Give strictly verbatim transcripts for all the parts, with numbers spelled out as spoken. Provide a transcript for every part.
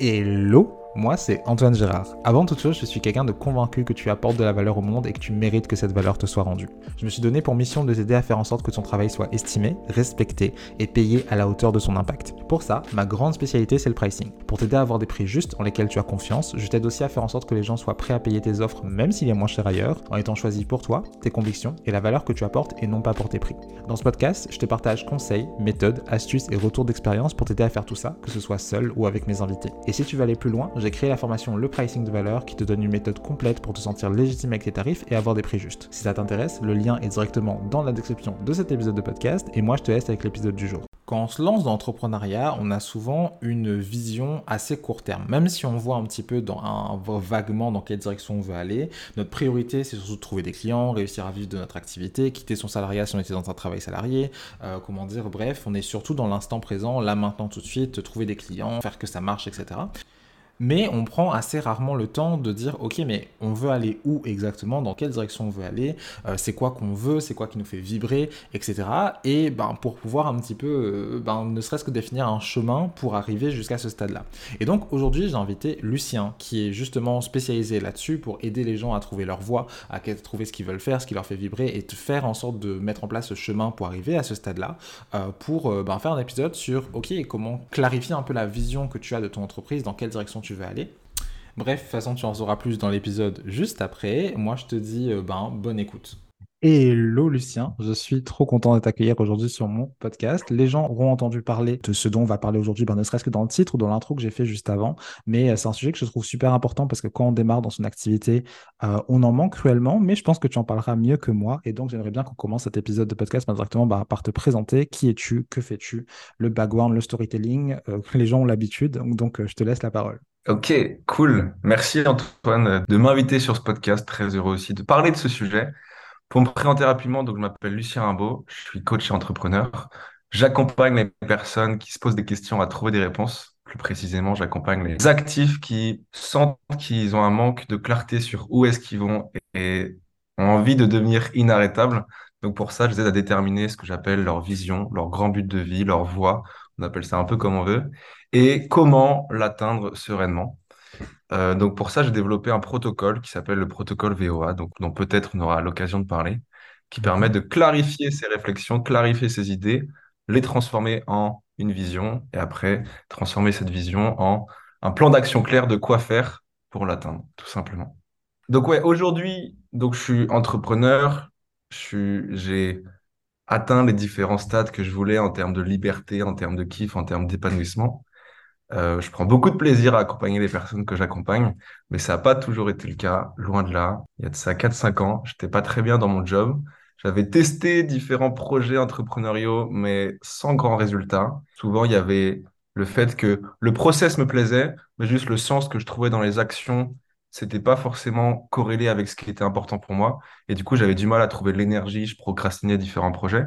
Hello, moi c'est Antoine Gérard. Avant toute chose, je suis quelqu'un de convaincu que tu apportes de la valeur au monde et que tu mérites que cette valeur te soit rendue. Je me suis donné pour mission de t'aider à faire en sorte que ton travail soit estimé, respecté et payé à la hauteur de son impact. Pour ça, ma grande spécialité c'est le pricing. Pour t'aider à avoir des prix justes en lesquels tu as confiance, je t'aide aussi à faire en sorte que les gens soient prêts à payer tes offres même s'il est moins cher ailleurs, en étant choisi pour toi, tes convictions et la valeur que tu apportes et non pas pour tes prix. Dans ce podcast, je te partage conseils, méthodes, astuces et retours d'expérience pour t'aider à faire tout ça, que ce soit seul ou avec mes invités. Et si tu veux aller plus loin, j'ai créé la formation Le Pricing de Valeur qui te donne une méthode complète pour te sentir légitime avec tes tarifs et avoir des prix justes. Si ça t'intéresse, le lien est directement dans la description de cet épisode de podcast et moi je te laisse avec l'épisode du jour. Quand on se lance dans l'entrepreneuriat, on a souvent une vision assez court terme. Même si on voit un petit peu dans un, vaguement dans quelle direction on veut aller, notre priorité c'est surtout de trouver des clients, réussir à vivre de notre activité, quitter son salariat si on était dans un travail salarié, euh, comment dire, bref, on est surtout dans l'instant présent, là maintenant tout de suite, trouver des clients, faire que ça marche, et cetera. Mais on prend assez rarement le temps de dire ok, mais on veut aller où exactement, dans quelle direction on veut aller, euh, c'est quoi qu'on veut, c'est quoi qui nous fait vibrer, et cetera. Et ben, pour pouvoir un petit peu, euh, ben, ne serait-ce que définir un chemin pour arriver jusqu'à ce stade-là. Et donc aujourd'hui j'ai invité Lucien qui est justement spécialisé là-dessus pour aider les gens à trouver leur voie, à trouver ce qu'ils veulent faire, ce qui leur fait vibrer et de faire en sorte de mettre en place ce chemin pour arriver à ce stade-là, euh, pour euh, ben, faire un épisode sur ok, comment clarifier un peu la vision que tu as de ton entreprise, dans quelle direction tu veux aller. Bref, de toute façon, tu en sauras plus dans l'épisode juste après. Moi, je te dis, euh, ben, bonne écoute. Hello Lucien, je suis trop content de t'accueillir aujourd'hui sur mon podcast. Les gens auront entendu parler de ce dont on va parler aujourd'hui, ben, ne serait-ce que dans le titre ou dans l'intro que j'ai fait juste avant, mais euh, c'est un sujet que je trouve super important parce que quand on démarre dans son activité, euh, on en manque cruellement, mais je pense que tu en parleras mieux que moi et donc j'aimerais bien qu'on commence cet épisode de podcast ben, directement ben, par te présenter. Qui es-tu? Que fais-tu? Le background, le storytelling, euh, les gens ont l'habitude, donc, donc euh, je te laisse la parole. Ok, cool. Merci Antoine de m'inviter sur ce podcast. Très heureux aussi de parler de ce sujet. Pour me présenter rapidement, donc je m'appelle Lucien Rimbaud, je suis coach et entrepreneur. J'accompagne les personnes qui se posent des questions à trouver des réponses. Plus précisément, j'accompagne les actifs qui sentent qu'ils ont un manque de clarté sur où est-ce qu'ils vont et ont envie de devenir inarrêtables. Donc pour ça, je les aide à déterminer ce que j'appelle leur vision, leur grand but de vie, leur voie. On appelle ça un peu comme on veut. Et comment l'atteindre sereinement. Euh, donc pour ça, j'ai développé un protocole qui s'appelle le protocole V O A, donc dont peut-être on aura l'occasion de parler, qui permet Mhm. de clarifier ses réflexions, clarifier ses idées, les transformer en une vision et après transformer cette vision en un plan d'action clair de quoi faire pour l'atteindre, tout simplement. Donc ouais, aujourd'hui, donc je suis entrepreneur, je suis, j'ai atteint les différents stades que je voulais en termes de liberté, en termes de kiff, en termes d'épanouissement. Euh, je prends beaucoup de plaisir à accompagner les personnes que j'accompagne, mais ça n'a pas toujours été le cas, loin de là. Il y a de ça quatre cinq ans, j'étais pas très bien dans mon job. J'avais testé différents projets entrepreneuriaux, mais sans grand résultat. Souvent, il y avait le fait que le process me plaisait, mais juste le sens que je trouvais dans les actions, c'était pas forcément corrélé avec ce qui était important pour moi. Et du coup, j'avais du mal à trouver de l'énergie, je procrastinais différents projets.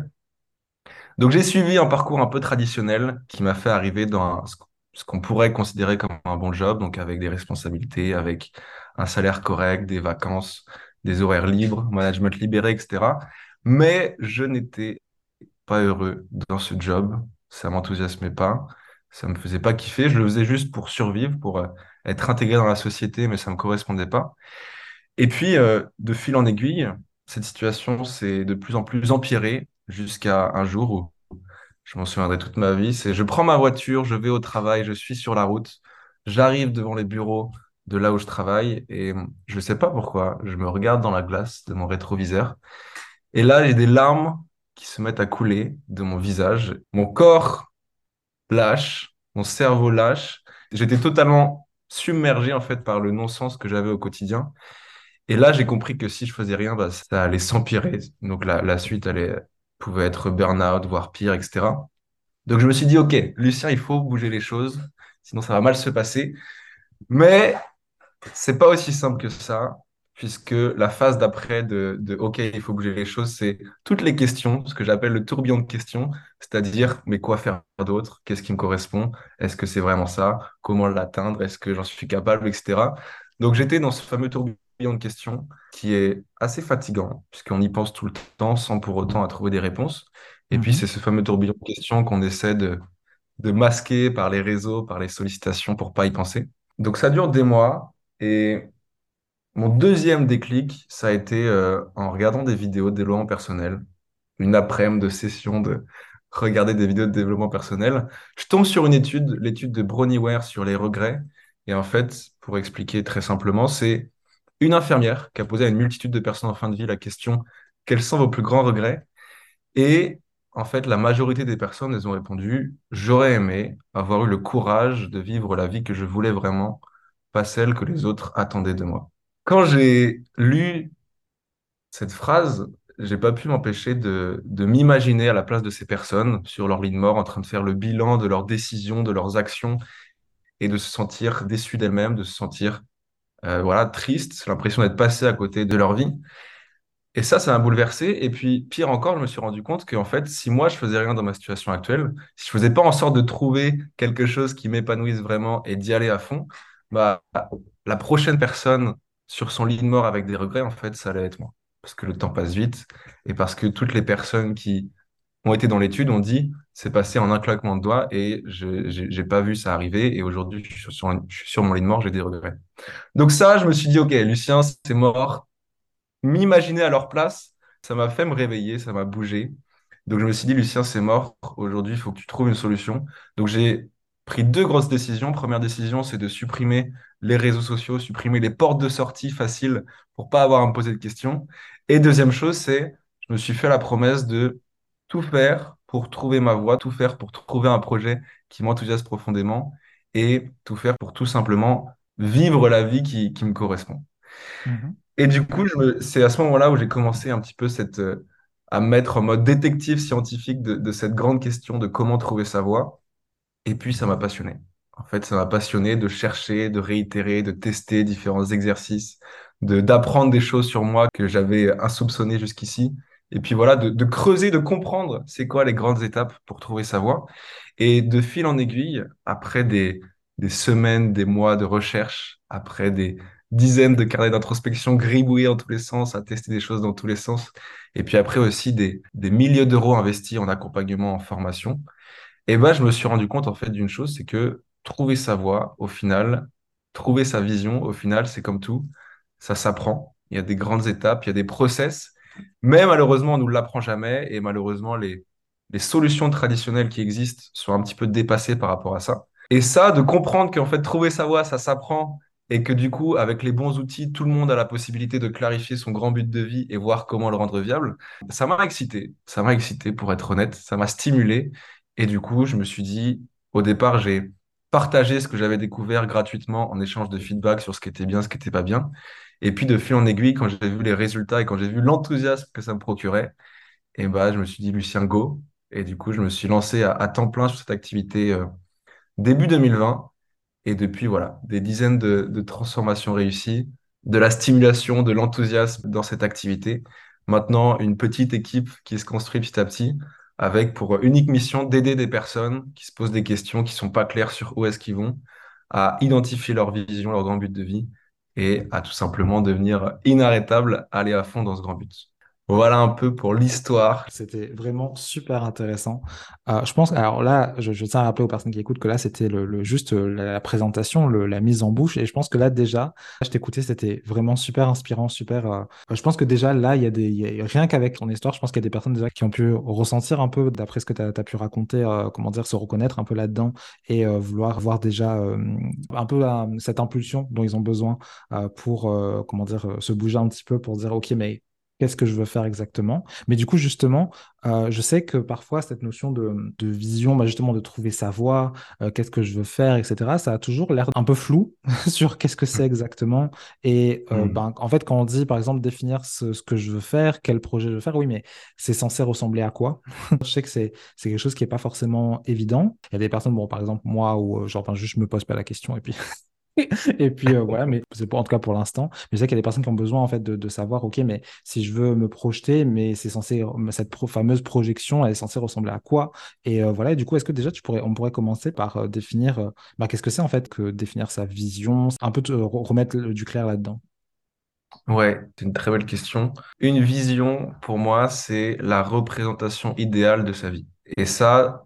Donc j'ai suivi un parcours un peu traditionnel qui m'a fait arriver dans un- ce ce qu'on pourrait considérer comme un bon job, donc avec des responsabilités, avec un salaire correct, des vacances, des horaires libres, management libéré, et cetera. Mais je n'étais pas heureux dans ce job, ça m'enthousiasmait pas, ça me faisait pas kiffer, je le faisais juste pour survivre, pour euh, être intégré dans la société, mais ça me correspondait pas. Et puis, euh, de fil en aiguille, cette situation s'est de plus en plus empirée jusqu'à un jour où je m'en souviendrai toute ma vie. C'est je prends ma voiture, je vais au travail, je suis sur la route, j'arrive devant les bureaux de là où je travaille et je ne sais pas pourquoi, je me regarde dans la glace de mon rétroviseur et là j'ai des larmes qui se mettent à couler de mon visage. Mon corps lâche, mon cerveau lâche. J'étais totalement submergé en fait par le non-sens que j'avais au quotidien. Et là, j'ai compris que si je faisais rien, bah, ça allait s'empirer. Donc la, la suite allait, pouvait être burn-out, voire pire, et cetera. Donc je me suis dit, OK, Lucien, il faut bouger les choses, sinon ça va mal se passer. Mais c'est pas aussi simple que ça, puisque la phase d'après de, de OK, il faut bouger les choses, c'est toutes les questions, ce que j'appelle le tourbillon de questions, c'est-à-dire, mais quoi faire d'autre? Qu'est-ce qui me correspond? Est-ce que c'est vraiment ça? Comment l'atteindre? Est-ce que j'en suis capable, et cetera. Donc j'étais dans ce fameux tourbillon de questions qui est assez fatigant, puisqu'on y pense tout le temps sans pour autant à trouver des réponses. Et puis Mhm. c'est ce fameux tourbillon de questions qu'on essaie de de masquer par les réseaux, par les sollicitations pour pas y penser. Donc ça dure des mois et mon deuxième déclic, ça a été euh, en regardant des vidéos de développement personnel, une après-midi de session de regarder des vidéos de développement personnel. Je tombe sur une étude, l'étude de Bronnie Ware sur les regrets. Et en fait, pour expliquer très simplement, c'est une infirmière qui a posé à une multitude de personnes en fin de vie la question, quels sont vos plus grands regrets? Et en fait, la majorité des personnes, elles ont répondu, j'aurais aimé avoir eu le courage de vivre la vie que je voulais vraiment, pas celle que les autres attendaient de moi. Quand j'ai lu cette phrase, j'ai pas pu m'empêcher de, de m'imaginer à la place de ces personnes sur leur lit de mort en train de faire le bilan de leurs décisions, de leurs actions et de se sentir déçues d'elles-mêmes, de se sentir euh, voilà, tristes, l'impression d'être passé à côté de leur vie. Et ça, ça m'a bouleversé. Et puis, pire encore, je me suis rendu compte qu'en fait, si moi, je faisais rien dans ma situation actuelle, si je faisais pas en sorte de trouver quelque chose qui m'épanouisse vraiment et d'y aller à fond, bah, la prochaine personne sur son lit de mort avec des regrets, en fait, ça allait être moi. Parce que le temps passe vite et parce que toutes les personnes qui ont été dans l'étude ont dit, c'est passé en un claquement de doigts et je j'ai j'ai pas vu ça arriver. Et aujourd'hui, je suis sur, je suis sur mon lit de mort, j'ai des regrets. Donc ça, je me suis dit, OK, Lucien, c'est mort, m'imaginer à leur place, ça m'a fait me réveiller, ça m'a bougé. Donc je me suis dit, Lucien, c'est mort. Aujourd'hui, il faut que tu trouves une solution. Donc j'ai pris deux grosses décisions. Première décision, c'est de supprimer les réseaux sociaux, supprimer les portes de sortie faciles pour pas avoir à me poser de questions. Et deuxième chose, c'est, je me suis fait la promesse de tout faire pour trouver ma voie, tout faire pour trouver un projet qui m'enthousiasme profondément et tout faire pour tout simplement vivre la vie qui, qui me correspond. Mhm. Et du coup, je me- c'est à ce moment-là où j'ai commencé un petit peu cette, euh, à me mettre en mode détective scientifique de, de cette grande question de comment trouver sa voie. Et puis, ça m'a passionné. En fait, ça m'a passionné de chercher, de réitérer, de tester différents exercices, de, d'apprendre des choses sur moi que j'avais insoupçonnées jusqu'ici. Et puis voilà, de, de creuser, de comprendre c'est quoi les grandes étapes pour trouver sa voie. Et de fil en aiguille, après des, des semaines, des mois de recherche, après des dizaines de carnets d'introspection gribouillés dans tous les sens, à tester des choses dans tous les sens, et puis après aussi des, des milliers d'euros investis en accompagnement, en formation, et ben, je me suis rendu compte en fait d'une chose, c'est que trouver sa voie, au final, trouver sa vision, au final, c'est comme tout, ça s'apprend. Il y a des grandes étapes, il y a des process, mais malheureusement, on ne nous l'apprend jamais, et malheureusement, les, les solutions traditionnelles qui existent sont un petit peu dépassées par rapport à ça. Et ça, de comprendre qu'en fait, trouver sa voie, ça s'apprend, et que du coup, avec les bons outils, tout le monde a la possibilité de clarifier son grand but de vie et voir comment le rendre viable, ça m'a excité. Ça m'a excité, pour être honnête, ça m'a stimulé. Et du coup, je me suis dit, au départ, j'ai partagé ce que j'avais découvert gratuitement en échange de feedback sur ce qui était bien, ce qui n'était pas bien. Et puis, de fil en aiguille, quand j'ai vu les résultats et quand j'ai vu l'enthousiasme que ça me procurait, et bah, je me suis dit, Lucien, go. Et du coup, je me suis lancé à, à temps plein sur cette activité euh, début deux mille vingt. Et depuis, voilà, des dizaines de, de transformations réussies, de la stimulation, de l'enthousiasme dans cette activité. Maintenant, une petite équipe qui se construit petit à petit, avec pour unique mission d'aider des personnes qui se posent des questions, qui sont pas claires sur où est-ce qu'ils vont, à identifier leur vision, leur grand but de vie, et à tout simplement devenir inarrêtable, aller à fond dans ce grand but. Voilà un peu pour l'histoire. C'était vraiment super intéressant. Euh, je pense, alors là, je, je tiens à rappeler aux personnes qui écoutent que là, c'était le, le- juste euh, la, la présentation, le- la mise en bouche. Et je pense que là, déjà, je t'écoutais, c'était vraiment super inspirant, super. Euh, je pense que déjà, là, il y a des, il y a- rien qu'avec ton histoire, je pense qu'il y a des personnes déjà qui ont pu ressentir un peu, d'après ce que tu as, pu raconter, euh, comment dire, se reconnaître un peu là-dedans et euh, vouloir voir déjà euh, un peu euh, cette impulsion dont ils ont besoin euh, pour, euh, comment dire, euh, se bouger un petit peu pour dire, OK, mais qu'est-ce que je veux faire exactement? Mais du coup, justement, euh, je sais que parfois, cette notion de, de vision, bah, justement, de trouver sa voie, euh, qu'est-ce que je veux faire, et cetera, ça a toujours l'air un peu flou sur qu'est-ce que c'est exactement. Et euh, Hmm. ben, en fait, quand on dit, par exemple, définir ce, ce que je veux faire, quel projet je veux faire, oui, mais c'est censé ressembler à quoi? Je sais que c'est c'est quelque chose qui n'est pas forcément évident. Il y a des personnes, bon, par exemple, moi, où euh, genre, ben, juste je me pose pas la question et puis et puis euh, voilà, mais c'est pour, en tout cas pour l'instant. Mais je sais qu'il y a des personnes qui ont besoin en fait de, de savoir, ok, mais si je veux me projeter, mais c'est censé, cette pro- fameuse projection, elle est censée ressembler à quoi? Et euh, voilà, et du coup, est-ce que déjà tu pourrais, on pourrait commencer par euh, définir, euh, bah, qu'est-ce que c'est en fait que définir sa vision, un peu te re- remettre le- du clair là-dedans. Ouais, c'est une très belle question. Une vision, pour moi, c'est la représentation idéale de sa vie. Et ça,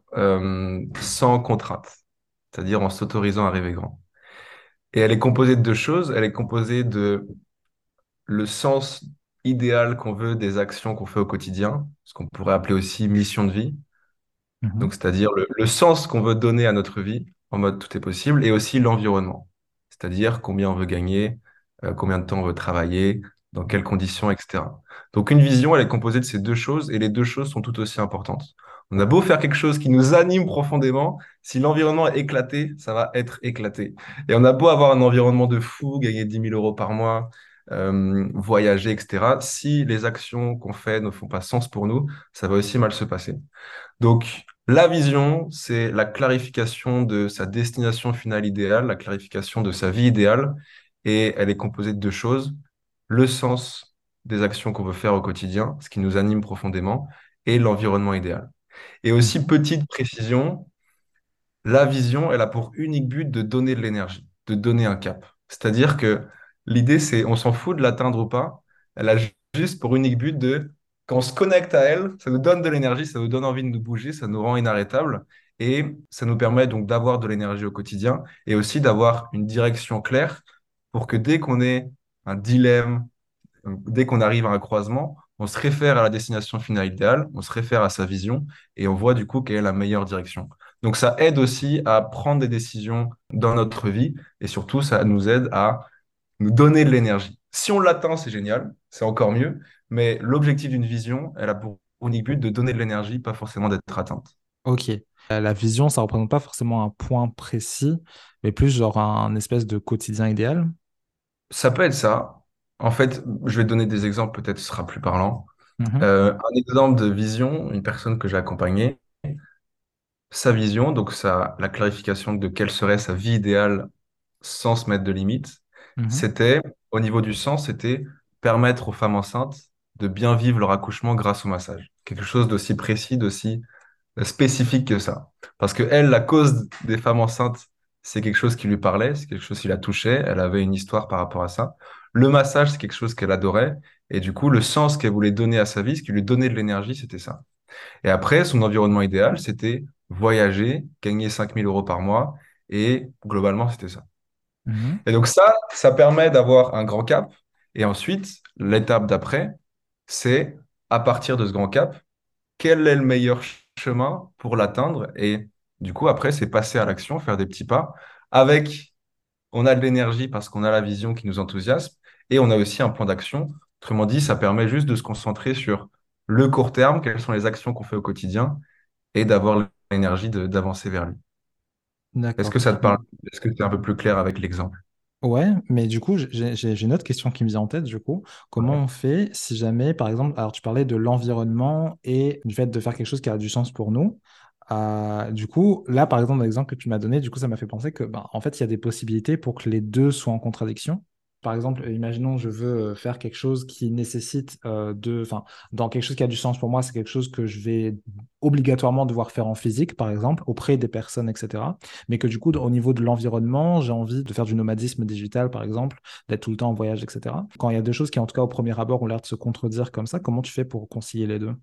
euh, sans contrainte, c'est-à-dire en s'autorisant à rêver grand. Et elle est composée de deux choses. Elle est composée de le sens idéal qu'on veut des actions qu'on fait au quotidien, ce qu'on pourrait appeler aussi mission de vie. Mhm. Donc, c'est-à-dire le, le sens qu'on veut donner à notre vie, en mode tout est possible, et aussi l'environnement, c'est-à-dire combien on veut gagner, euh, combien de temps on veut travailler, dans quelles conditions, et cetera. Donc, une vision, elle est composée de ces deux choses, et les deux choses sont tout aussi importantes. On a beau faire quelque chose qui nous anime profondément, si l'environnement est éclaté, ça va être éclaté. Et on a beau avoir un environnement de fou, gagner dix mille euros par mois, euh, voyager, et cetera. Si les actions qu'on fait ne font pas sens pour nous, ça va aussi mal se passer. Donc, la vision, c'est la clarification de sa destination finale idéale, la clarification de sa vie idéale, et elle est composée de deux choses, le sens des actions qu'on veut faire au quotidien, ce qui nous anime profondément, et l'environnement idéal. Et aussi, Mhm. petite précision, la vision, elle a pour unique but de donner de l'énergie, de donner un cap. C'est-à-dire que l'idée, c'est, on s'en fout de l'atteindre ou pas. Elle a ju- juste pour unique but de, quand on se connecte à elle, ça nous donne de l'énergie, ça nous donne envie de nous bouger, ça nous rend inarrêtables et ça nous permet donc d'avoir de l'énergie au quotidien et aussi d'avoir une direction claire pour que dès qu'on ait un dilemme, dès qu'on arrive à un croisement, on se réfère à la destination finale idéale, on se réfère à sa vision et on voit du coup quelle est la meilleure direction. Donc ça aide aussi à prendre des décisions dans notre vie et surtout ça nous aide à nous donner de l'énergie. Si on l'atteint, c'est génial, c'est encore mieux, mais l'objectif d'une vision, elle a pour unique but de donner de l'énergie, pas forcément d'être atteinte. Ok. Euh, La vision, ça représente pas forcément un point précis, mais plus genre un espèce de quotidien idéal. Ça peut être ça. En fait, je vais te donner des exemples, peut-être ce sera plus parlant. Mhm. Euh, un exemple de vision, une personne que j'ai accompagnée, sa vision, donc sa, la clarification de quelle serait sa vie idéale sans se mettre de limites, Mhm. c'était, au niveau du sens, c'était permettre aux femmes enceintes de bien vivre leur accouchement grâce au massage. Quelque chose d'aussi précis, d'aussi euh, spécifique que ça. Parce que elle, la cause des femmes enceintes, c'est quelque chose qui lui parlait, c'est quelque chose qui la touchait, elle avait une histoire par rapport à ça. Le massage, c'est quelque chose qu'elle adorait, et du coup, le sens qu'elle voulait donner à sa vie, ce qui lui donnait de l'énergie, c'était ça. Et après, son environnement idéal, c'était voyager, gagner cinq mille euros par mois. Et globalement, c'était ça. Mhm. Et donc ça, ça permet d'avoir un grand cap. Et ensuite, l'étape d'après, c'est à partir de ce grand cap, quel est le meilleur ch- chemin pour l'atteindre? Et du coup, après, c'est passer à l'action, faire des petits pas. Avec, on a de l'énergie parce qu'on a la vision qui nous enthousiasme. Et on a aussi un plan d'action. Autrement dit, ça permet juste de se concentrer sur le court terme, quelles sont les actions qu'on fait au quotidien et d'avoir l'énergie de- d'avancer vers lui. Est-ce D'accord. que ça te parle? Est-ce que tu es un peu plus clair avec l'exemple? Ouais, mais du coup, j'ai j'ai- j'ai une autre question qui me vient en tête, du coup. Comment Ouais. on fait si jamais, par exemple, alors tu parlais de l'environnement et du fait de faire quelque chose qui a du sens pour nous. Euh, du coup, là, par exemple, dans l'exemple que tu m'as donné, du coup, ça m'a fait penser que, ben, en fait, il y a des possibilités pour que les deux soient en contradiction. Par exemple, euh, imaginons, je veux euh, faire quelque chose qui nécessite euh, de, enfin, dans quelque chose qui a du sens pour moi, c'est quelque chose que je vais obligatoirement devoir faire en physique, par exemple, auprès des personnes, et cetera. Mais que du coup, au niveau de l'environnement, j'ai envie de faire du nomadisme digital, par exemple, d'être tout le temps en voyage, et cetera. Quand il y a deux choses qui, en tout cas, au premier abord, ont l'air de se contredire comme ça, comment tu fais pour concilier les deux?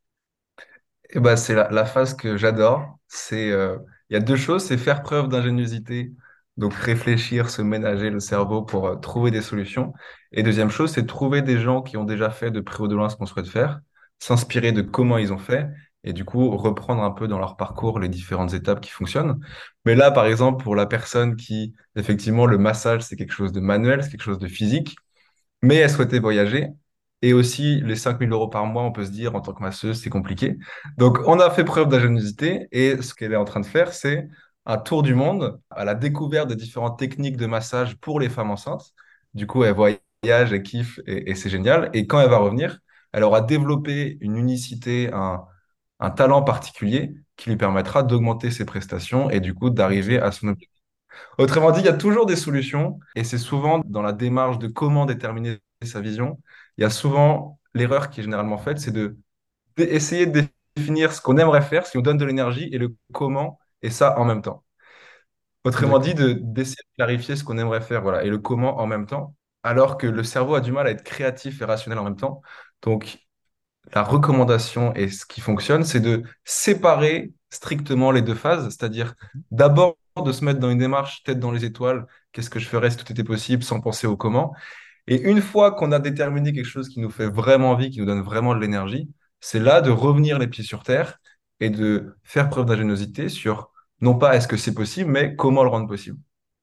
Et ben, c'est la, la phase que j'adore. C'est, euh, il y a deux choses, c'est faire preuve d'ingéniosité, donc réfléchir, se ménager le cerveau pour euh, trouver des solutions. Et deuxième chose, c'est trouver des gens qui ont déjà fait de près ou de loin ce qu'on souhaite faire, s'inspirer de comment ils ont fait, et du coup reprendre un peu dans leur parcours les différentes étapes qui fonctionnent. Mais là, par exemple, pour la personne qui, effectivement, le massage, c'est quelque chose de manuel, c'est quelque chose de physique, mais elle souhaitait voyager. Et aussi, les cinq mille euros par mois, on peut se dire, en tant que masseuse, c'est compliqué. Donc, on a fait preuve d'ingéniosité et ce qu'elle est en train de faire, c'est un tour du monde à la découverte des différentes techniques de massage pour les femmes enceintes. Du coup, elle voyage, elle kiffe et, et c'est génial. Et quand elle va revenir, elle aura développé une unicité, un, un talent particulier qui lui permettra d'augmenter ses prestations et du coup d'arriver Ok. à son objectif. Autrement dit, il y a toujours des solutions et c'est souvent dans la démarche de comment déterminer sa vision. Il y a souvent l'erreur qui est généralement faite, c'est de d'essayer de définir ce qu'on aimerait faire, ce qui nous donne de l'énergie et le comment et ça en même temps. Autrement dit, D'accord. de d'essayer de clarifier ce qu'on aimerait faire, voilà, et le comment en même temps, alors que le cerveau a du mal à être créatif et rationnel en même temps. Donc, la recommandation et ce qui fonctionne, c'est de séparer strictement les deux phases, c'est-à-dire d'abord de se mettre dans une démarche tête dans les étoiles, qu'est-ce que je ferais si tout était possible sans penser au comment. Et une fois qu'on a déterminé quelque chose qui nous fait vraiment envie, qui nous donne vraiment de l'énergie, c'est là de revenir les pieds sur terre et de faire preuve d'ingéniosité sur non pas est-ce que c'est possible, mais comment le rendre possible.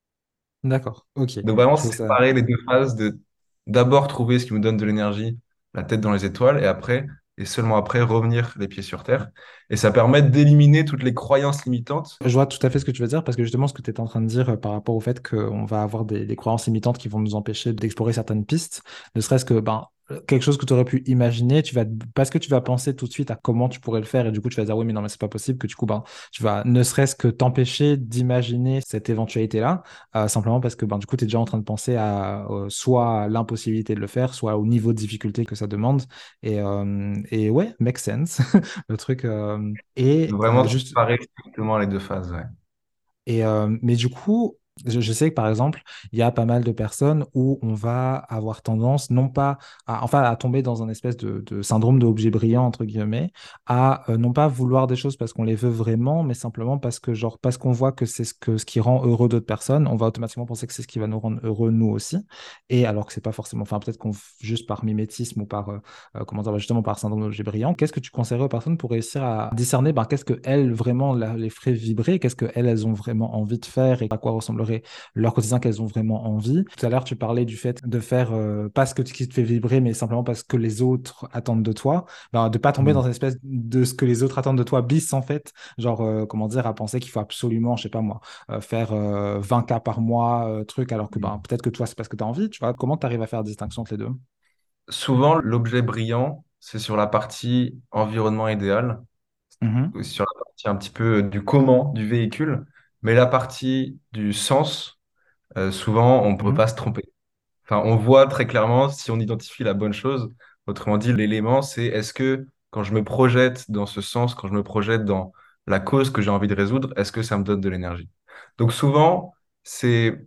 D'accord, ok. Donc vraiment Je trouve ça. séparer les deux phases de d'abord trouver ce qui nous donne de l'énergie, la tête dans les étoiles, et après, et seulement après, revenir les pieds sur terre. Et ça permet d'éliminer toutes les croyances limitantes. Je vois tout à fait ce que tu veux dire parce que justement ce que tu es en train de dire euh, par rapport au fait qu'on va avoir des, des croyances limitantes qui vont nous empêcher d'explorer certaines pistes, ne serait-ce que ben, euh, quelque chose que tu aurais pu imaginer, tu vas, parce que tu vas penser tout de suite à comment tu pourrais le faire et du coup tu vas dire oui mais non mais c'est pas possible que du coup ben, tu vas ne serait-ce que t'empêcher d'imaginer cette éventualité-là euh, simplement parce que ben, du coup tu es déjà en train de penser à euh, soit à l'impossibilité de le faire, soit au niveau de difficulté que ça demande et, euh, et ouais, make sense le truc euh, et Vraiment euh, juste séparer strictement les deux phases. Ouais. et, euh, mais du coup, je, je sais que par exemple, il y a pas mal de personnes où on va avoir tendance, non pas à, enfin, à tomber dans un espèce de, de syndrome de objet brillant, entre guillemets, à euh, non pas vouloir des choses parce qu'on les veut vraiment, mais simplement parce que, genre, parce qu'on voit que c'est ce que, ce qui rend heureux d'autres personnes, on va automatiquement penser que c'est ce qui va nous rendre heureux nous aussi. Et alors que c'est pas forcément, enfin, peut-être qu'on, f- juste par mimétisme ou par, euh, euh, comment dire, bah, justement par syndrome d'objet brillant, qu'est-ce que tu conseillerais aux personnes pour réussir à discerner ben, qu'est-ce que elles vraiment la- les ferait vibrer, qu'est-ce que elles, elles ont vraiment envie de faire et à quoi ressemblerait leur quotidien qu'elles ont vraiment envie. Tout à l'heure, tu parlais du fait de faire euh, pas ce que, qui te fait vibrer, mais simplement parce que les autres attendent de toi, ben, de pas tomber dans Mm. une espèce de ce que les autres attendent de toi bis en fait, genre euh, comment dire, à penser qu'il faut absolument, je sais pas moi, euh, faire euh, vingt k par mois, euh, truc, alors que ben, peut-être que toi, c'est parce que tu as envie, tu vois. Comment tu arrives à faire la distinction entre les deux? Souvent, l'objet brillant, c'est sur la partie environnement idéal, Mhm, ou sur la partie un petit peu du comment du véhicule, mais la partie du sens, euh, souvent, on ne peut mhm, pas se tromper. Enfin, on voit très clairement si on identifie la bonne chose. Autrement dit, l'élément, c'est est-ce que quand je me projette dans ce sens, quand je me projette dans la cause que j'ai envie de résoudre, est-ce que ça me donne de l'énergie? Donc souvent, c'est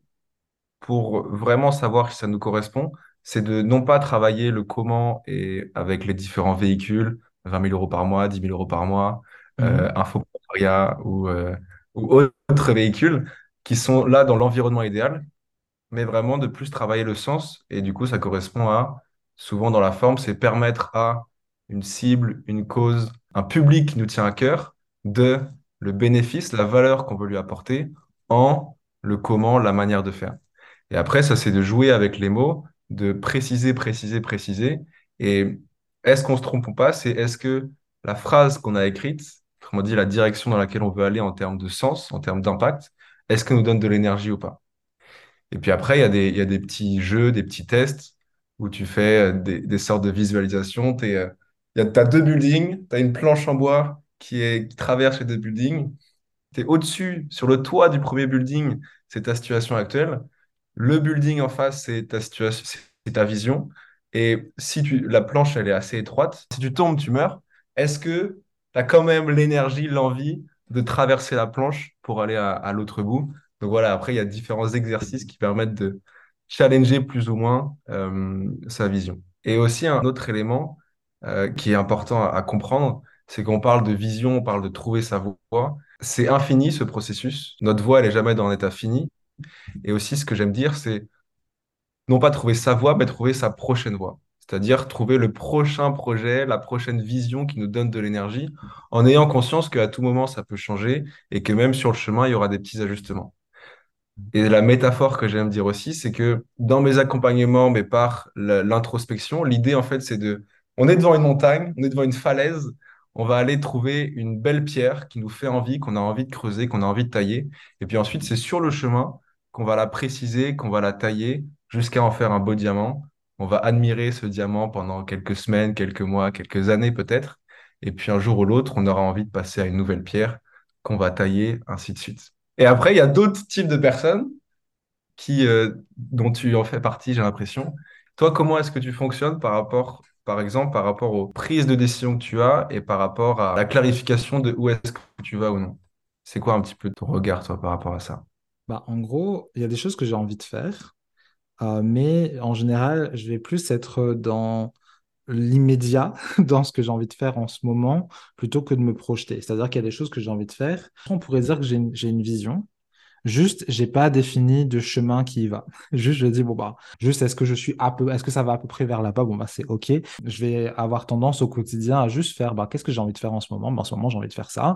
pour vraiment savoir si ça nous correspond, c'est de non pas travailler le comment et avec les différents véhicules, vingt mille euros par mois, dix mille euros par mois, euh, mhm, Infoprenariat ou, euh, ou autres véhicules qui sont là dans l'environnement idéal, mais vraiment de plus travailler le sens. Et du coup, ça correspond à, souvent dans la forme, c'est permettre à une cible, une cause, un public qui nous tient à cœur, de le bénéfice, la valeur qu'on veut lui apporter en le comment, la manière de faire. Et après, ça, c'est de jouer avec les mots, de préciser, préciser, préciser. Et est-ce qu'on se trompe ou pas? C'est est-ce que la phrase qu'on a écrite, autrement dit, la direction dans laquelle on veut aller en termes de sens, en termes d'impact, est-ce qu'elle nous donne de l'énergie ou pas? Et puis après, il y a des, il y a des petits jeux, des petits tests où tu fais euh, des, des sortes de visualisations. T'es, euh, il y a, t'as deux buildings, tu as une planche en bois qui, est, qui traverse les deux buildings. Tu es au-dessus, sur le toit du premier building, c'est ta situation actuelle. Le building en face, c'est ta situation, c'est ta vision. Et si tu, la planche, elle est assez étroite, si tu tombes, tu meurs. Est-ce que tu as quand même l'énergie, l'envie de traverser la planche pour aller à, à l'autre bout? Donc voilà, après, il y a différents exercices qui permettent de challenger plus ou moins euh, sa vision. Et aussi, un autre élément euh, qui est important à, à comprendre, c'est qu'on parle de vision, on parle de trouver sa voie. C'est infini ce processus. Notre voie, elle est jamais dans un état fini. Et aussi, ce que j'aime dire, c'est non pas trouver sa voie, mais trouver sa prochaine voie. C'est-à-dire trouver le prochain projet, la prochaine vision qui nous donne de l'énergie, en ayant conscience qu'à tout moment, ça peut changer et que même sur le chemin, il y aura des petits ajustements. Et la métaphore que j'aime dire aussi, c'est que dans mes accompagnements, mais par la- l'introspection, l'idée, en fait, c'est de... On est devant une montagne, on est devant une falaise, on va aller trouver une belle pierre qui nous fait envie, qu'on a envie de creuser, qu'on a envie de tailler. Et puis ensuite, c'est sur le chemin qu'on va la préciser, qu'on va la tailler jusqu'à en faire un beau diamant. On va admirer ce diamant pendant quelques semaines, quelques mois, quelques années peut-être. Et puis un jour ou l'autre, on aura envie de passer à une nouvelle pierre qu'on va tailler, ainsi de suite. Et après, il y a d'autres types de personnes qui, euh, dont tu en fais partie, j'ai l'impression. Toi, comment est-ce que tu fonctionnes par rapport, par exemple, par rapport aux prises de décision que tu as et par rapport à la clarification de où est-ce que tu vas ou non? C'est quoi un petit peu ton regard, toi, par rapport à ça? bah, en gros, il y a des choses que j'ai envie de faire, euh, mais en général, je vais plus être dans l'immédiat dans ce que j'ai envie de faire en ce moment plutôt que de me projeter. C'est-à-dire qu'il y a des choses que j'ai envie de faire. On pourrait dire que j'ai une, j'ai une vision. Juste, j'ai pas défini de chemin qui y va. Juste, je dis, bon, bah, juste, est-ce que je suis à peu, est-ce que ça va à peu près vers là-bas? Bon, bah, c'est OK. Je vais avoir tendance au quotidien à juste faire, bah, qu'est-ce que j'ai envie de faire en ce moment? Bah, en ce moment, j'ai envie de faire ça.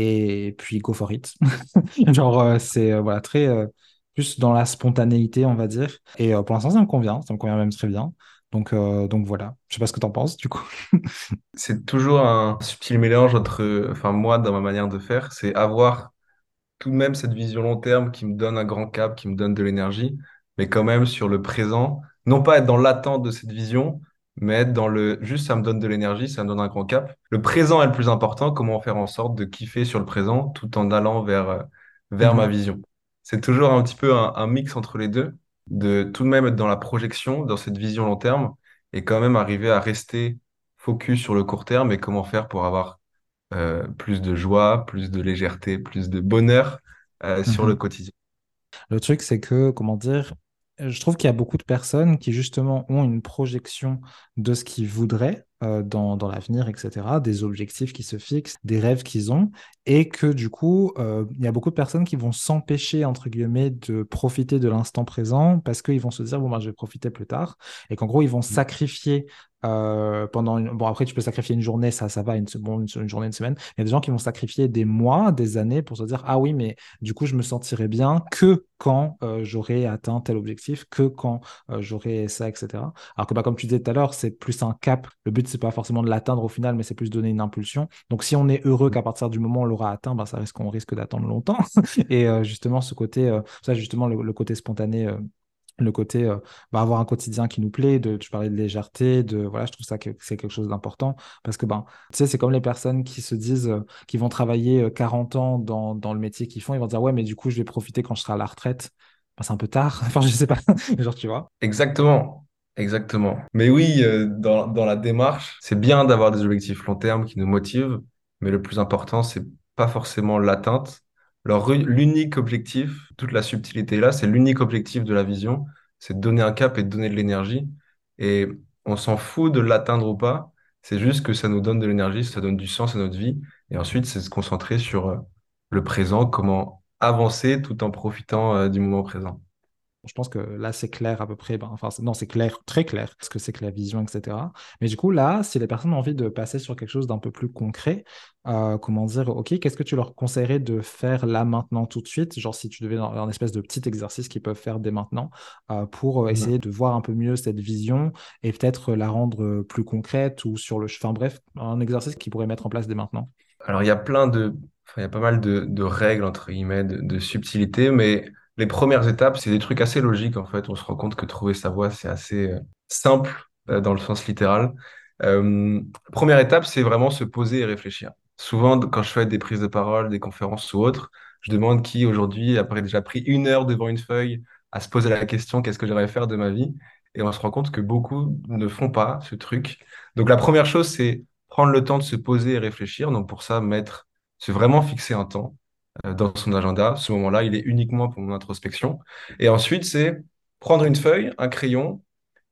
Et puis, go for it. Genre, euh, c'est, euh, voilà, très, euh, plus dans la spontanéité, on va dire. Et euh, pour l'instant, ça me convient. Ça me convient même très bien. Donc, euh, donc voilà. Je sais pas ce que t'en penses, du coup. C'est toujours un subtil mélange entre, enfin moi, dans ma manière de faire, c'est avoir tout de même cette vision long terme qui me donne un grand cap, qui me donne de l'énergie, mais quand même sur le présent, non pas être dans l'attente de cette vision, mais être dans le juste ça me donne de l'énergie, ça me donne un grand cap. Le présent est le plus important, comment faire en sorte de kiffer sur le présent tout en allant vers, euh, vers ma Mhm, vision. C'est toujours un petit peu un, un mix entre les deux, de tout de même être dans la projection, dans cette vision long terme, et quand même arriver à rester focus sur le court terme et comment faire pour avoir euh, plus de joie, plus de légèreté, plus de bonheur euh, sur le mhm. quotidien. Le truc, c'est que, comment dire, je trouve qu'il y a beaucoup de personnes qui justement ont une projection de ce qu'ils voudraient euh, dans, dans l'avenir, et cetera, des objectifs qui se fixent, des rêves qu'ils ont, et que du coup, euh, il y a beaucoup de personnes qui vont s'empêcher, entre guillemets, de profiter de l'instant présent parce qu'ils vont se dire, bon, ben, je vais profiter plus tard, et qu'en gros, ils vont sacrifier euh, pendant une... Bon, après, tu peux sacrifier une journée, ça, ça va, une, se- bon, une, une journée, une semaine. Il y a des gens qui vont sacrifier des mois, des années pour se dire, ah oui, mais du coup, je me sentirai bien que quand euh, j'aurai atteint tel objectif, que quand euh, j'aurai ça, et cetera. Alors que, bah, comme tu disais tout à l'heure, c'est plus un cap. Le but, c'est pas forcément de l'atteindre au final, mais c'est plus donner une impulsion. Donc, si on est heureux qu'à partir du moment où on l'aura atteint, bah, ça risque, on risque d'attendre longtemps. Et euh, justement, ce côté, euh, ça, justement, le, le côté spontané. Euh, le côté euh, bah, avoir un quotidien qui nous plaît, de, tu parlais de légèreté, de voilà, je trouve ça que c'est quelque chose d'important parce que ben, tu sais, c'est comme les personnes qui se disent euh, qui vont travailler euh, quarante ans dans, dans le métier qu'ils font, ils vont dire ouais, mais du coup, je vais profiter quand je serai à la retraite. Ben, c'est un peu tard, enfin, je sais pas, genre, tu vois. Exactement, exactement. Mais oui, euh, dans, dans la démarche, c'est bien d'avoir des objectifs long terme qui nous motivent, mais le plus important, c'est pas forcément l'atteinte. Alors, ru- l'unique objectif, toute la subtilité est là, c'est l'unique objectif de la vision, c'est de donner un cap et de donner de l'énergie. Et on s'en fout de l'atteindre ou pas, c'est juste que ça nous donne de l'énergie, ça donne du sens à notre vie. Et ensuite, c'est se concentrer sur euh, le présent, comment avancer tout en profitant euh, du moment présent. Je pense que là, c'est clair à peu près. Ben, enfin, c'est- non, c'est clair, très clair, ce que c'est que la vision, et cetera. Mais du coup, là, si les personnes ont envie de passer sur quelque chose d'un peu plus concret, euh, comment dire, OK, qu'est-ce que tu leur conseillerais de faire là, maintenant, tout de suite? Genre, si tu devais dans un espèce de petit exercice qu'ils peuvent faire dès maintenant euh, pour euh, essayer de voir un peu mieux cette vision et peut-être la rendre euh, plus concrète ou sur le... Enfin, bref, un exercice qu'ils pourraient mettre en place dès maintenant. Alors, il y a plein de, enfin, il y a pas mal de, de règles, entre guillemets, de, de subtilités, mais les premières étapes, c'est des trucs assez logiques, en fait. On se rend compte que trouver sa voie, c'est assez euh, simple, euh, dans le sens littéral. Euh, Première étape, c'est vraiment se poser et réfléchir. Souvent, d- quand je fais des prises de parole, des conférences ou autres, je demande qui, aujourd'hui, après déjà pris une heure devant une feuille, à se poser la question, qu'est-ce que j'aimerais faire de ma vie? Et on se rend compte que beaucoup ne font pas ce truc. Donc, la première chose, c'est prendre le temps de se poser et réfléchir. Donc pour ça, mettre, se vraiment fixer un temps euh, dans son agenda. Ce moment-là, il est uniquement pour mon introspection. Et ensuite, c'est prendre une feuille, un crayon,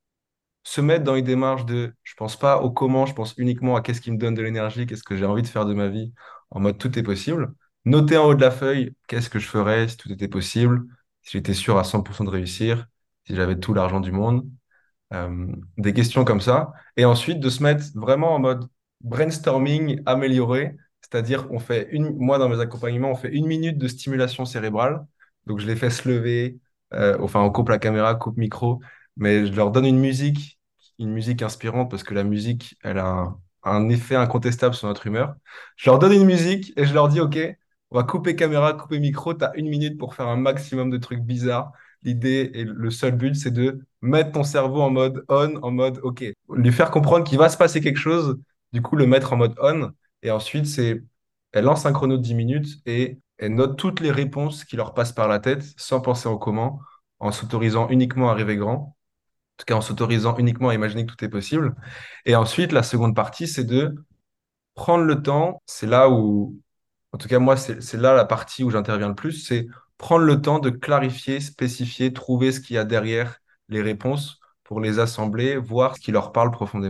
se mettre dans une démarche de, je pense pas au comment, je pense uniquement à qu'est-ce qui me donne de l'énergie, qu'est-ce que j'ai envie de faire de ma vie, en mode tout est possible. Noter en haut de la feuille, qu'est-ce que je ferais si tout était possible, si j'étais sûr à cent pour cent de réussir, si j'avais tout l'argent du monde euh, des questions comme ça, et ensuite de se mettre vraiment en mode brainstorming amélioré, c'est-à-dire on fait une, moi dans mes accompagnements, on fait une minute de stimulation cérébrale, donc je les fais se lever, euh, enfin on coupe la caméra, coupe micro, mais je leur donne une musique, une musique inspirante parce que la musique, elle a un, un effet incontestable sur notre humeur. Je leur donne une musique et je leur dis, OK, on va couper caméra, couper micro, tu as une minute pour faire un maximum de trucs bizarres. L'idée et le seul but, c'est de mettre ton cerveau en mode on, en mode OK. Lui faire comprendre qu'il va se passer quelque chose, du coup, le mettre en mode on. Et ensuite, c'est, elle lance un chrono de dix minutes et elle note toutes les réponses qui leur passent par la tête sans penser en comment, en s'autorisant uniquement à rêver grand, en tout cas en s'autorisant uniquement à imaginer que tout est possible. Et ensuite, la seconde partie, c'est de prendre le temps. C'est là où, en tout cas, moi, c'est c'est là la partie où j'interviens le plus, c'est prendre le temps de clarifier, spécifier, trouver ce qu'il y a derrière les réponses pour les assembler, voir ce qui leur parle profondément.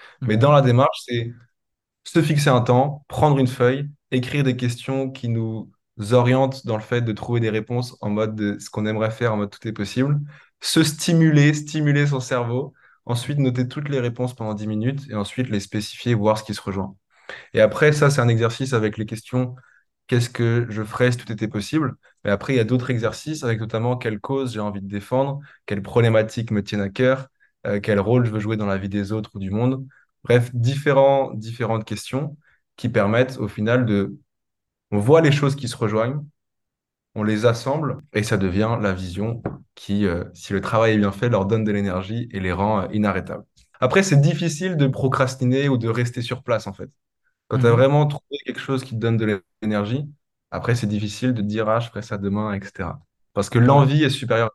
Mais dans Mhm. la démarche, c'est se fixer un temps, prendre une feuille, écrire des questions qui nous orientent dans le fait de trouver des réponses en mode de ce qu'on aimerait faire, en mode tout est possible, se stimuler, stimuler son cerveau, ensuite noter toutes les réponses pendant dix minutes et ensuite les spécifier, voir ce qui se rejoint. Et après, ça, c'est un exercice avec les questions, qu'est-ce que je ferais si tout était possible? Mais après, il y a d'autres exercices avec notamment quelle cause j'ai envie de défendre, quelles problématiques me tiennent à cœur, euh, quel rôle je veux jouer dans la vie des autres ou du monde. Bref, différents, différentes questions qui permettent au final de... On voit les choses qui se rejoignent, on les assemble et ça devient la vision qui, euh, si le travail est bien fait, leur donne de l'énergie et les rend euh, inarrêtables. Après, c'est difficile de procrastiner ou de rester sur place en fait. Quand tu as Mhm. vraiment trouvé quelque chose qui te donne de l'énergie, après, c'est difficile de te dire, ah, je ferai ça demain, et cetera. Parce que Ouais. l'envie est supérieure.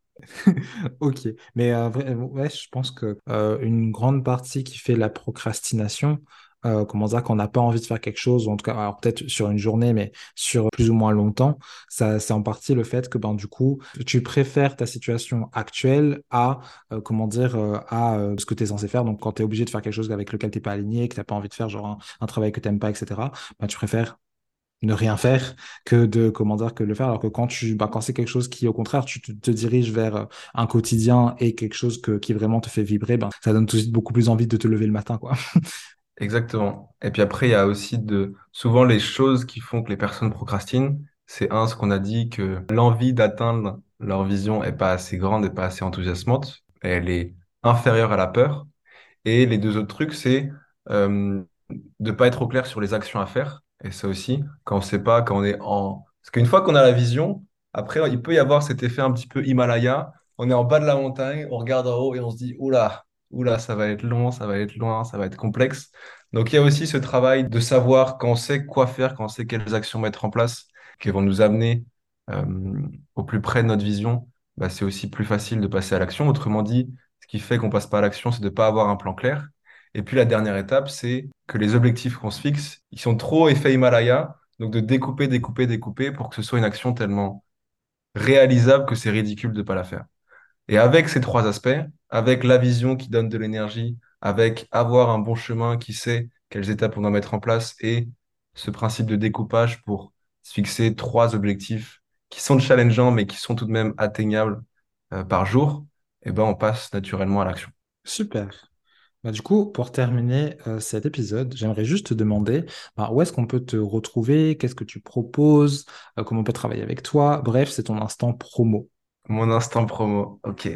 Ok, mais euh, vrai- ouais, je pense que euh, une grande partie qui fait la procrastination, euh, comment dire, qu'on n'a pas envie de faire quelque chose, ou en tout cas, alors peut-être sur une journée, mais sur plus ou moins longtemps, ça, c'est en partie le fait que ben du coup, tu préfères ta situation actuelle à euh, comment dire, euh, à euh, ce que tu es censé faire. Donc quand tu es obligé de faire quelque chose avec lequel t'es pas aligné, que t'as pas envie de faire, genre un, un travail que t'aimes pas, et cetera. Ben, tu préfères ne rien faire que de comment dire que de le faire, alors que quand tu bah, quand c'est quelque chose qui au contraire tu te, te diriges vers euh, un quotidien et quelque chose que, qui vraiment te fait vibrer, ben ça donne tout de suite beaucoup plus envie de te lever le matin, quoi. Exactement. Et puis après, il y a aussi de, souvent les choses qui font que les personnes procrastinent. C'est un, ce qu'on a dit, que l'envie d'atteindre leur vision est pas assez grande et pas assez enthousiasmante. Elle est inférieure à la peur. Et les deux autres trucs, c'est euh, de pas être au clair sur les actions à faire. Et ça aussi, quand on sait pas, quand on est en... Parce qu'une fois qu'on a la vision, après, il peut y avoir cet effet un petit peu Himalaya. On est en bas de la montagne, on regarde en haut et on se dit, oula, oula, ça va être long, ça va être loin, ça va être complexe. Donc il y a aussi ce travail de savoir quand on sait quoi faire, quand on sait quelles actions mettre en place, qui vont nous amener euh, au plus près de notre vision. Bah, c'est aussi plus facile de passer à l'action. Autrement dit, ce qui fait qu'on passe pas à l'action, c'est de ne pas avoir un plan clair. Et puis la dernière étape, c'est que les objectifs qu'on se fixe, ils sont trop effet Himalaya, donc de découper, découper, découper pour que ce soit une action tellement réalisable que c'est ridicule de ne pas la faire. Et avec ces trois aspects, avec la vision qui donne de l'énergie, avec avoir un bon chemin qui sait quelles étapes on doit mettre en place et ce principe de découpage pour se fixer trois objectifs qui sont challengeants mais qui sont tout de même atteignables euh, par jour, eh ben, on passe naturellement à l'action. Super. Bah, du coup, pour terminer euh, cet épisode, j'aimerais juste te demander bah, où est-ce qu'on peut te retrouver, qu'est-ce que tu proposes, euh, comment on peut travailler avec toi. Bref, c'est ton instant promo. Mon instant promo, ok.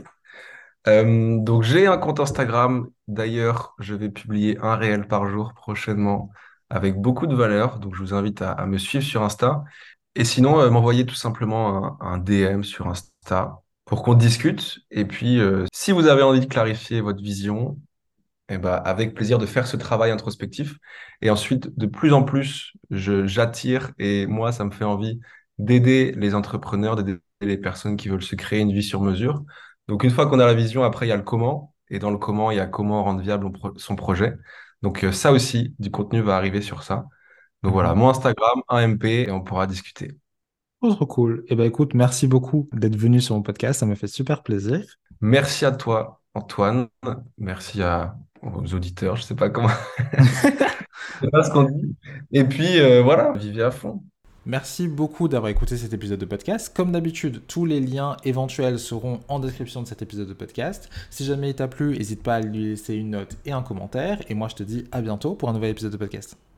Euh, donc j'ai un compte Instagram. D'ailleurs, je vais publier un réel par jour prochainement avec beaucoup de valeur. Donc je vous invite à, à me suivre sur Insta. Et sinon, euh, m'envoyer tout simplement un, un D M sur Insta pour qu'on discute. Et puis, euh, si vous avez envie de clarifier votre vision, eh ben, avec plaisir de faire ce travail introspectif. Et ensuite, de plus en plus, je, j'attire et moi, ça me fait envie d'aider les entrepreneurs, d'aider les personnes qui veulent se créer une vie sur mesure. Donc, une fois qu'on a la vision, après, il y a le comment. Et dans le comment, il y a comment rendre viable on pro- son projet. Donc, euh, ça aussi, du contenu va arriver sur ça. Donc voilà, Mhm. mon Instagram, un M P, et on pourra discuter. Oh, trop cool. Eh ben écoute, merci beaucoup d'être venu sur mon podcast, ça me fait super plaisir. Merci à toi, Antoine. Merci à, aux auditeurs. Je sais pas comment, je sais pas ce qu'on dit. Et puis, euh, voilà, vivez à fond. Merci beaucoup d'avoir écouté cet épisode de podcast. Comme d'habitude, tous les liens éventuels seront en description de cet épisode de podcast. Si jamais il t'a plu, n'hésite pas à lui laisser une note et un commentaire. Et moi, je te dis à bientôt pour un nouvel épisode de podcast.